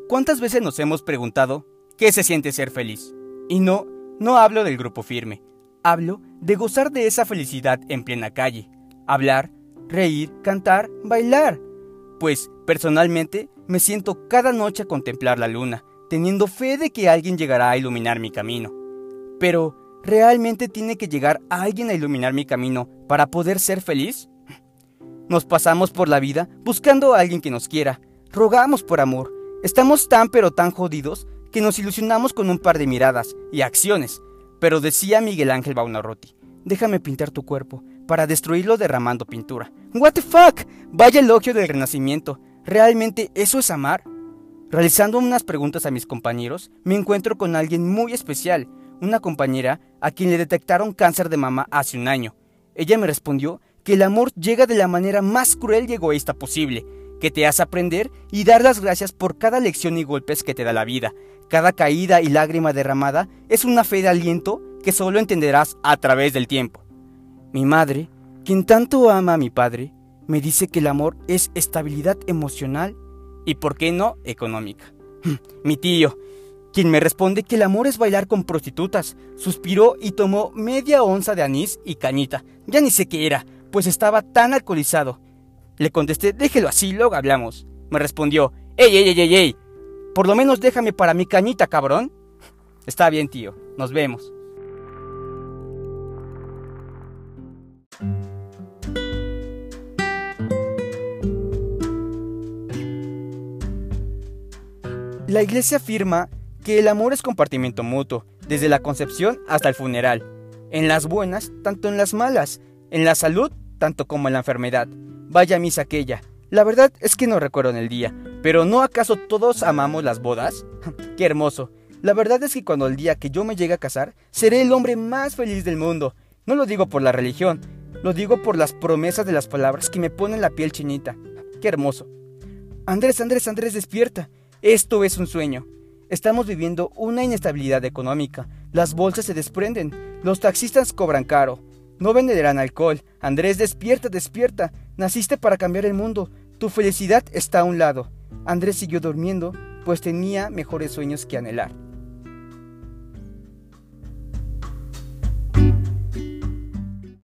¿Cuántas veces nos hemos preguntado qué se siente ser feliz? Y no hablo del grupo firme. Hablo de gozar de esa felicidad en plena calle. Hablar, reír, cantar, bailar. Pues, personalmente, me siento cada noche a contemplar la luna, teniendo fe de que alguien llegará a iluminar mi camino. Pero, ¿realmente tiene que llegar alguien a iluminar mi camino para poder ser feliz? Nos pasamos por la vida buscando a alguien que nos quiera. Rogamos por amor. Estamos tan pero tan jodidos que nos ilusionamos con un par de miradas y acciones. Pero decía Miguel Ángel Buonarroti, déjame pintar tu cuerpo para destruirlo derramando pintura. What the fuck, vaya elogio del Renacimiento. ¿Realmente eso es amar? Realizando unas preguntas a mis compañeros, me encuentro con alguien muy especial, una compañera a quien le detectaron cáncer de mama hace un año. Ella me respondió que el amor llega de la manera más cruel y egoísta posible, que te hace aprender y dar las gracias por cada lección y golpes que te da la vida. Cada caída y lágrima derramada es una fe de aliento que solo entenderás a través del tiempo. Mi madre, quien tanto ama a mi padre, me dice que el amor es estabilidad emocional y, ¿por qué no, económica? Mi tío, quien me responde que el amor es bailar con prostitutas, suspiró y tomó media onza de anís y cañita. Ya ni sé qué era, pues estaba tan alcoholizado. Le contesté, déjelo así, luego hablamos. Me respondió, ey, por lo menos déjame para mi cañita, cabrón. Está bien, tío, nos vemos. La iglesia afirma que el amor es compartimiento mutuo, desde la concepción hasta el funeral. En las buenas, tanto en las malas. En la salud, tanto como en la enfermedad. Vaya misa aquella. La verdad es que no recuerdo en el día, pero ¿no acaso todos amamos las bodas? ¡Qué hermoso! La verdad es que cuando el día que yo me llegue a casar, seré el hombre más feliz del mundo. No lo digo por la religión, lo digo por las promesas de las palabras que me ponen la piel chinita. ¡Qué hermoso! Andrés, despierta. Esto es un sueño. Estamos viviendo una inestabilidad económica. Las bolsas se desprenden. Los taxistas cobran caro. No venderán alcohol. Andrés, despierta. Naciste para cambiar el mundo. Tu felicidad está a un lado. Andrés siguió durmiendo, pues tenía mejores sueños que anhelar.